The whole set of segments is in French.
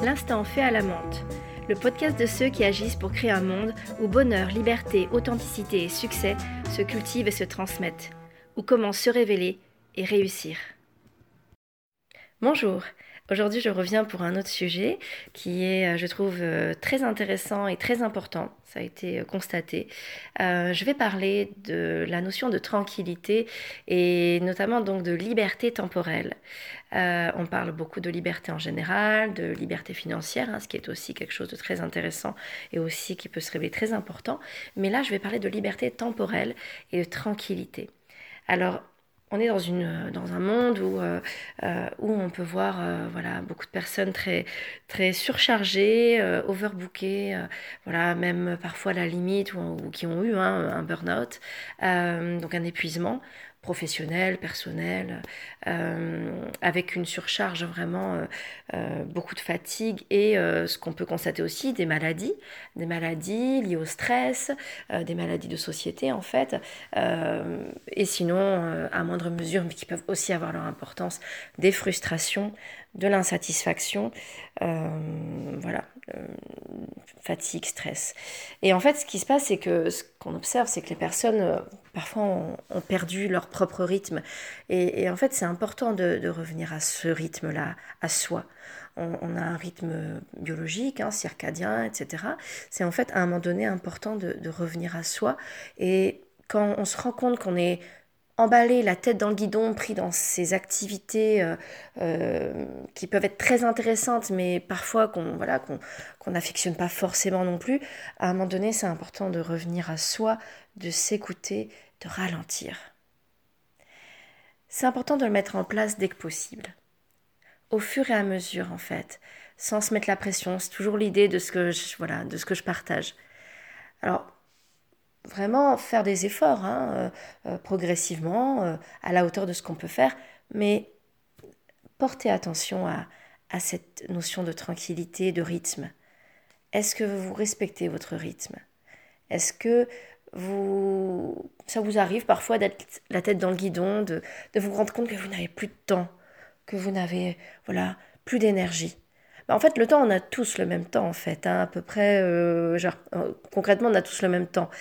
L'Instant fait à la menthe, le podcast de ceux qui agissent pour créer un monde où bonheur, liberté, authenticité et succès se cultivent et se transmettent, où comment se révéler et réussir. Bonjour, aujourd'hui je reviens pour un autre sujet qui est, je trouve, très intéressant et très important, ça a été constaté. Je vais parler de la notion de tranquillité et notamment donc de liberté temporelle. On parle beaucoup de liberté en général, de liberté financière, ce qui est aussi quelque chose de très intéressant et aussi qui peut se révéler très important. Mais là, je vais parler de liberté temporelle et de tranquillité. Alors, on est dans un monde où on peut voir beaucoup de personnes très, très surchargées, overbookées, même parfois à la limite ou qui ont eu un burn-out, donc un épuisement professionnel, personnel, avec une surcharge vraiment, beaucoup de fatigue et ce qu'on peut constater aussi, des maladies liées au stress, des maladies de société en fait, et sinon, à moindre mesure, mais qui peuvent aussi avoir leur importance, des frustrations, de l'insatisfaction, fatigue, stress. Et en fait, ce qui se passe, c'est que ce qu'on observe, c'est que les personnes, parfois, ont perdu leur propre rythme. Et en fait, c'est important de revenir à ce rythme-là, à soi. On a un rythme biologique, circadien, etc. C'est en fait, à un moment donné, important de revenir à soi. Et quand on se rend compte qu'on est emballé, la tête dans le guidon, pris dans ces activités qui peuvent être très intéressantes, mais parfois qu'on n'affectionne pas forcément non plus, à un moment donné, c'est important de revenir à soi, de s'écouter, de ralentir. C'est important de le mettre en place dès que possible, au fur et à mesure en fait, sans se mettre la pression. C'est toujours l'idée de ce que je partage. Alors, vraiment faire des efforts progressivement, à la hauteur de ce qu'on peut faire, mais portez attention à cette notion de tranquillité, de rythme. Est-ce que vous respectez votre rythme? Est-ce que ça vous arrive parfois d'être la tête dans le guidon, de vous rendre compte que vous n'avez plus de temps, que vous n'avez plus d'énergie? En fait, le temps, on a tous le même temps, en fait, à peu près, concrètement, on a tous le même temps,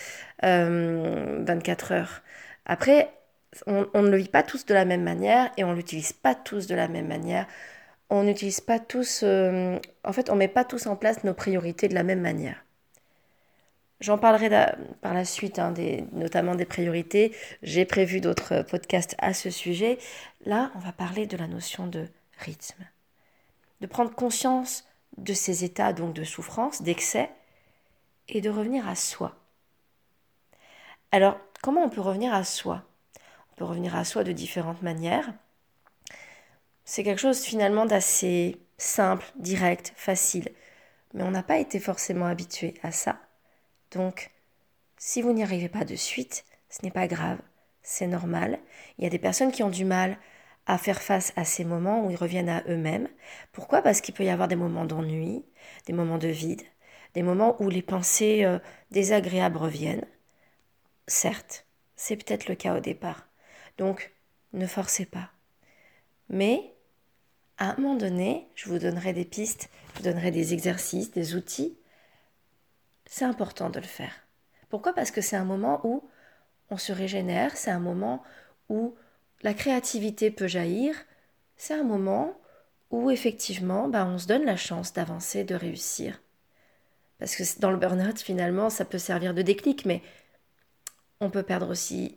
24 heures. Après, on ne le vit pas tous de la même manière et on ne l'utilise pas tous de la même manière. On n'utilise pas tous, en fait, on ne met pas tous en place nos priorités de la même manière. J'en parlerai par la suite, notamment des priorités. J'ai prévu d'autres podcasts à ce sujet. Là, on va parler de la notion de rythme. De prendre conscience de ces états donc de souffrance, d'excès, et de revenir à soi. Alors, comment on peut revenir à soi? On peut revenir à soi de différentes manières. C'est quelque chose finalement d'assez simple, direct, facile. Mais on n'a pas été forcément habitué à ça. Donc, si vous n'y arrivez pas de suite, ce n'est pas grave, c'est normal. Il y a des personnes qui ont du mal à faire face à ces moments où ils reviennent à eux-mêmes. Pourquoi? Parce qu'il peut y avoir des moments d'ennui, des moments de vide, des moments où les pensées désagréables reviennent. Certes, c'est peut-être le cas au départ. Donc, ne forcez pas. Mais, à un moment donné, je vous donnerai des pistes, je vous donnerai des exercices, des outils. C'est important de le faire. Pourquoi? Parce que c'est un moment où on se régénère, c'est un moment où la créativité peut jaillir, c'est un moment où effectivement on se donne la chance d'avancer, de réussir. Parce que dans le burn-out, finalement, ça peut servir de déclic, mais on peut perdre aussi,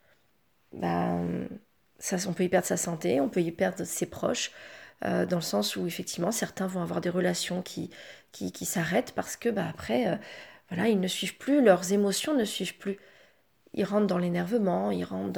on peut y perdre sa santé, on peut y perdre ses proches, dans le sens où effectivement certains vont avoir des relations qui s'arrêtent parce que après, ils ne suivent plus, leurs émotions ne suivent plus. Ils rentrent dans l'énervement, ils rentrent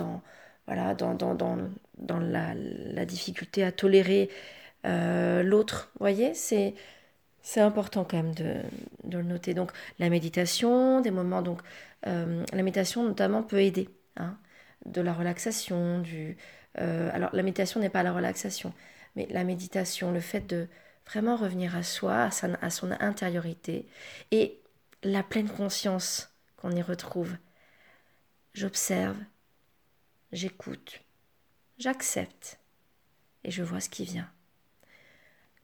dans la difficulté à tolérer l'autre. Vous voyez, c'est important quand même de le noter. Donc la méditation, des moments, la méditation notamment peut aider, de la relaxation, alors la méditation n'est pas la relaxation, mais la méditation, le fait de vraiment revenir à soi, à son intériorité et la pleine conscience qu'on y retrouve. J'observe, j'écoute, j'accepte et je vois ce qui vient. Donc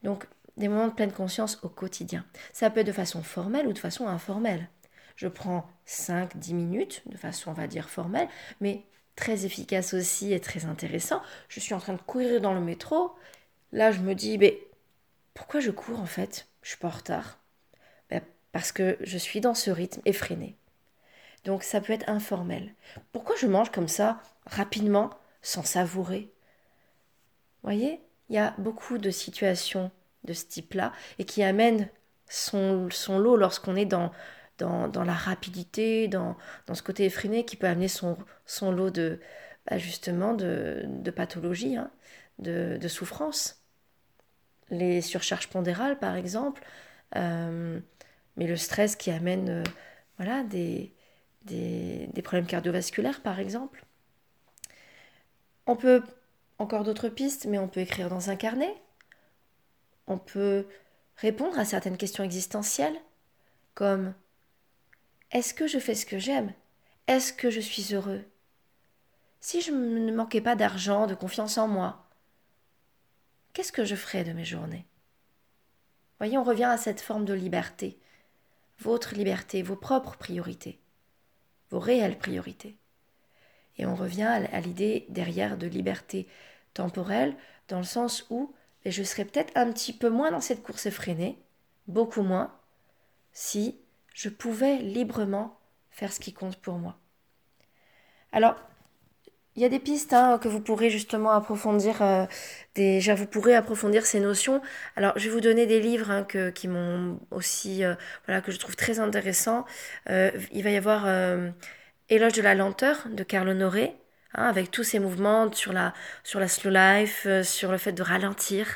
des moments de pleine conscience au quotidien. Ça peut être de façon formelle ou de façon informelle. Je prends 5-10 minutes de façon, on va dire, formelle, mais très efficace aussi et très intéressant. Je suis en train de courir dans le métro. Là, je me dis, pourquoi je cours en fait? Je suis pas en retard. Parce que je suis dans ce rythme effréné. Donc ça peut être informel. Pourquoi je mange comme ça, rapidement, sans savourer? Vous voyez, il y a beaucoup de situations de ce type-là et qui amènent son lot lorsqu'on est dans la rapidité, dans ce côté effréné qui peut amener son lot justement de pathologie, hein, de souffrance. Les surcharges pondérales, par exemple, mais le stress qui amène voilà, des problèmes cardiovasculaires, par exemple. On peut, encore d'autres pistes, mais on peut écrire dans un carnet. On peut répondre à certaines questions existentielles, comme est-ce que je fais ce que j'aime? Est-ce que je suis heureux? Si je ne manquais pas d'argent, de confiance en moi, qu'est-ce que je ferais de mes journées? Voyez, on revient à cette forme de liberté. Votre liberté, vos propres priorités, vos réelles priorités. Et on revient à l'idée derrière de liberté temporelle, dans le sens où je serais peut-être un petit peu moins dans cette course effrénée, beaucoup moins, si je pouvais librement faire ce qui compte pour moi. Alors, il y a des pistes que vous pourrez justement approfondir. Déjà, vous pourrez approfondir ces notions. Alors, je vais vous donner des livres qui m'ont aussi, que je trouve très intéressants. Il va y avoir Éloge de la lenteur de Carl Honoré, avec tous ces mouvements sur la slow life, sur le fait de ralentir.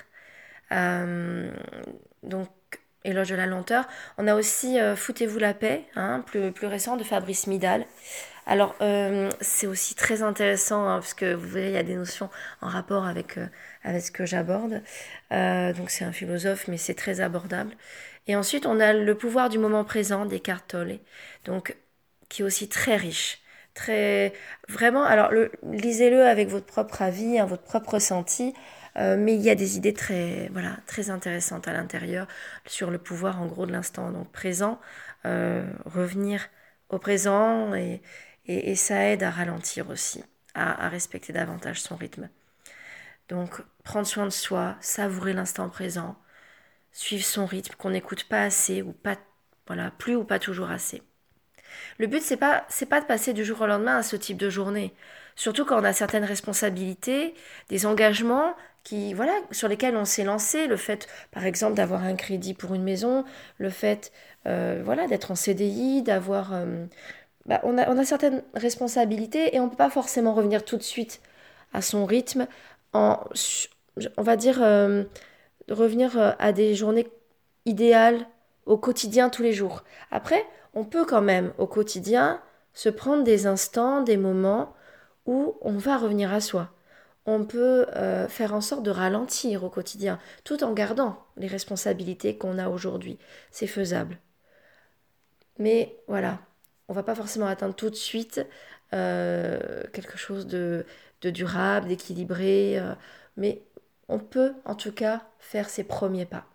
Donc, Éloge de la lenteur. On a aussi Foutez-vous la paix, plus récent de Fabrice Midal. Alors, c'est aussi très intéressant, parce que vous verrez, il y a des notions en rapport avec ce que j'aborde. Donc, c'est un philosophe, mais c'est très abordable. Et ensuite, on a Le pouvoir du moment présent d'Eckhart Tolle, donc, qui est aussi très riche. Vraiment, alors, lisez-le avec votre propre avis, votre propre ressenti. Mais il y a des idées très intéressantes à l'intérieur sur le pouvoir, en gros, de l'instant donc présent, revenir au présent et ça aide à ralentir aussi, à respecter davantage son rythme. Donc, prendre soin de soi, savourer l'instant présent, suivre son rythme qu'on n'écoute pas assez ou pas, plus ou pas toujours assez. Le but, c'est pas de passer du jour au lendemain à ce type de journée. Surtout quand on a certaines responsabilités, des engagements sur lesquels on s'est lancé. Le fait, par exemple, d'avoir un crédit pour une maison, le fait, d'être en CDI, d'avoir, on a certaines responsabilités et on ne peut pas forcément revenir tout de suite à son rythme. On va dire revenir à des journées idéales au quotidien tous les jours. Après, on peut quand même au quotidien se prendre des instants, des moments où on va revenir à soi. On peut faire en sorte de ralentir au quotidien, tout en gardant les responsabilités qu'on a aujourd'hui. C'est faisable. Mais voilà, on va pas forcément atteindre tout de suite quelque chose de durable, d'équilibré, mais on peut en tout cas faire ses premiers pas.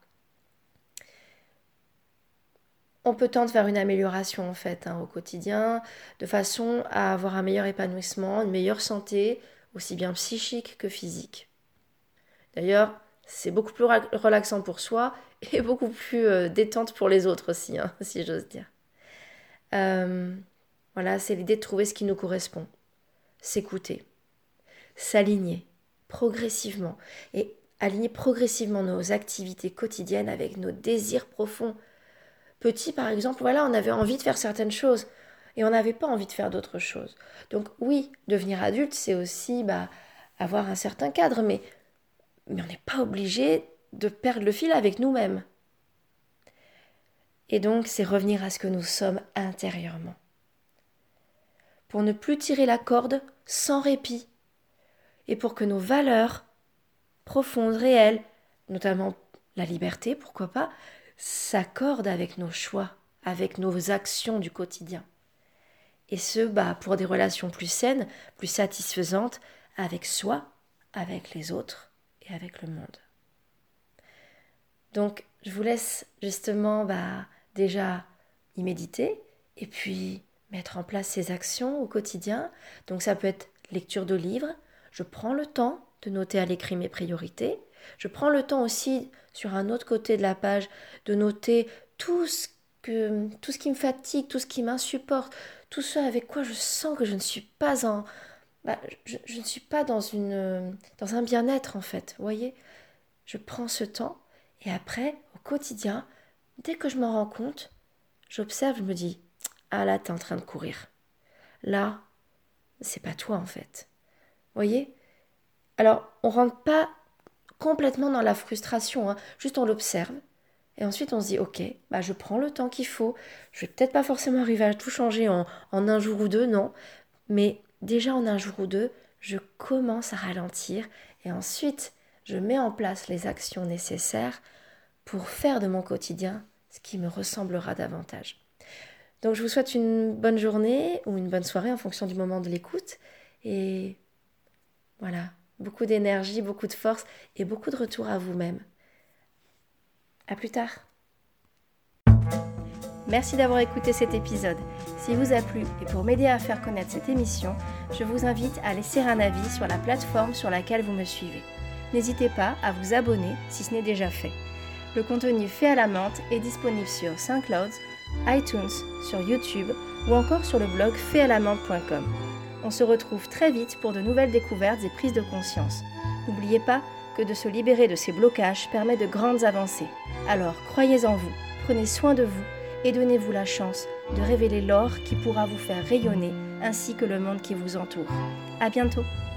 On peut tenter de faire une amélioration en fait au quotidien, de façon à avoir un meilleur épanouissement, une meilleure santé, aussi bien psychique que physique. D'ailleurs, c'est beaucoup plus relaxant pour soi et beaucoup plus détente pour les autres aussi, si j'ose dire. C'est l'idée de trouver ce qui nous correspond, s'écouter, s'aligner progressivement et aligner progressivement nos activités quotidiennes avec nos désirs profonds. Petit, par exemple, on avait envie de faire certaines choses et on n'avait pas envie de faire d'autres choses. Donc oui, devenir adulte, c'est aussi avoir un certain cadre, mais on n'est pas obligé de perdre le fil avec nous-mêmes. Et donc, c'est revenir à ce que nous sommes intérieurement. Pour ne plus tirer la corde sans répit. Et pour que nos valeurs profondes, réelles, notamment la liberté, pourquoi pas, s'accordent avec nos choix, avec nos actions du quotidien. Et ce, pour des relations plus saines, plus satisfaisantes, avec soi, avec les autres et avec le monde. Donc, je vous laisse justement déjà y méditer et puis mettre en place ces actions au quotidien. Donc, ça peut être lecture de livres. Je prends le temps de noter à l'écrit mes priorités. Je prends le temps aussi, sur un autre côté de la page, de noter tout ce qui me fatigue, tout ce qui m'insupporte, tout ce avec quoi je sens que je ne suis pas je ne suis pas dans un bien-être en fait, vous voyez. Je prends ce temps et après, au quotidien, dès que je m'en rends compte, j'observe, je me dis, ah là, t'es en train de courir. Là, c'est pas toi en fait. Vous voyez. Alors, on rentre pas complètement dans la frustration, hein. Juste on l'observe. Et ensuite on se dit, ok, je prends le temps qu'il faut. Je vais peut-être pas forcément arriver à tout changer en un jour ou deux, non. Mais déjà en un jour ou deux, je commence à ralentir. Et ensuite, je mets en place les actions nécessaires pour faire de mon quotidien ce qui me ressemblera davantage. Donc je vous souhaite une bonne journée ou une bonne soirée en fonction du moment de l'écoute. Et voilà, beaucoup d'énergie, beaucoup de force et beaucoup de retour à vous-même. À plus tard. Merci d'avoir écouté cet épisode. S'il vous a plu et pour m'aider à faire connaître cette émission, je vous invite à laisser un avis sur la plateforme sur laquelle vous me suivez. N'hésitez pas à vous abonner si ce n'est déjà fait. Le contenu fait à la menthe est disponible sur SoundCloud, iTunes, sur YouTube ou encore sur le blog faitalammenthe.com. On se retrouve très vite pour de nouvelles découvertes et prises de conscience. N'oubliez pas que de se libérer de ces blocages permet de grandes avancées. Alors croyez en vous, prenez soin de vous et donnez-vous la chance de révéler l'or qui pourra vous faire rayonner ainsi que le monde qui vous entoure. À bientôt!